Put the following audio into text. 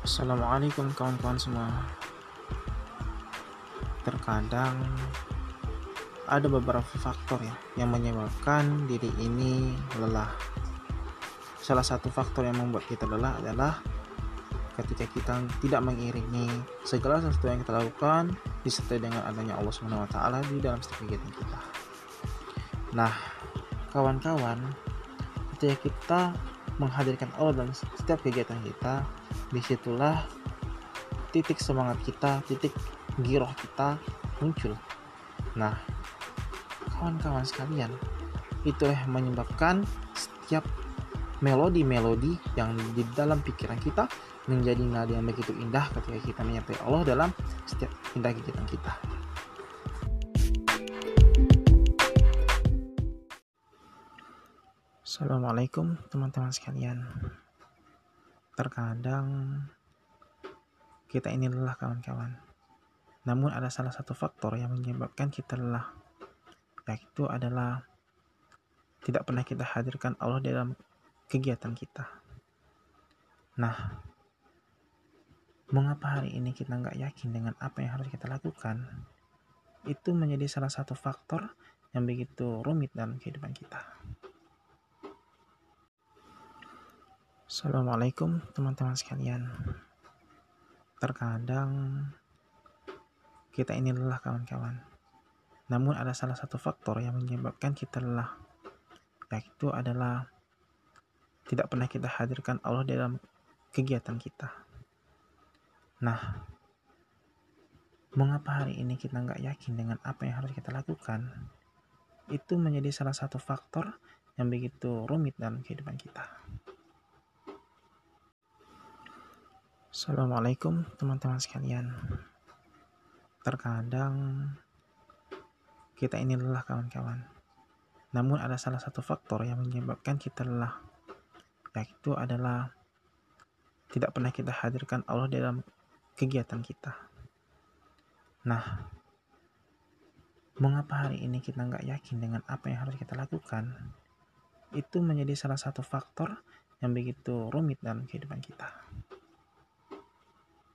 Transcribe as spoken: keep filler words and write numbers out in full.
Assalamualaikum kawan-kawan semua. Terkadang ada beberapa faktor ya yang menyebabkan diri ini lelah. Salah satu faktor yang membuat kita lelah adalah ketika kita tidak mengiringi segala sesuatu yang kita lakukan disertai dengan adanya Allah Subhanahu wa taala di dalam setiap kegiatan kita. Nah, kawan-kawan, ketika kita menghadirkan Allah dalam setiap kegiatan kita, disitulah titik semangat kita, titik giroh kita muncul. Nah, kawan-kawan sekalian, itulah yang menyebabkan setiap melodi-melodi yang di dalam pikiran kita menjadi nada yang begitu indah ketika kita menyertai Allah dalam setiap indah kegiatan kita. Assalamualaikum teman-teman sekalian. Terkadang kita ini lelah kawan-kawan. Namun ada salah satu faktor yang menyebabkan kita lelah, yaitu adalah tidak pernah kita hadirkan Allah dalam kegiatan kita. Nah, mengapa hari ini kita nggak yakin dengan apa yang harus kita lakukan? Itu menjadi salah satu faktor yang begitu rumit dalam kehidupan kita. Assalamualaikum teman-teman sekalian. Terkadang kita ini lelah kawan-kawan. Namun ada salah satu faktor yang menyebabkan kita lelah, yaitu adalah tidak pernah kita hadirkan Allah dalam kegiatan kita. Nah, mengapa hari ini kita nggak yakin dengan apa yang harus kita lakukan? Itu menjadi salah satu faktor yang begitu rumit dalam kehidupan kita. Assalamualaikum teman-teman sekalian. Terkadang kita ini lelah kawan-kawan. Namun ada salah satu faktor yang menyebabkan kita lelah, yaitu adalah tidak pernah kita hadirkan Allah dalam kegiatan kita. Nah, mengapa hari ini kita nggak yakin dengan apa yang harus kita lakukan? Itu menjadi salah satu faktor yang begitu rumit dalam kehidupan kita.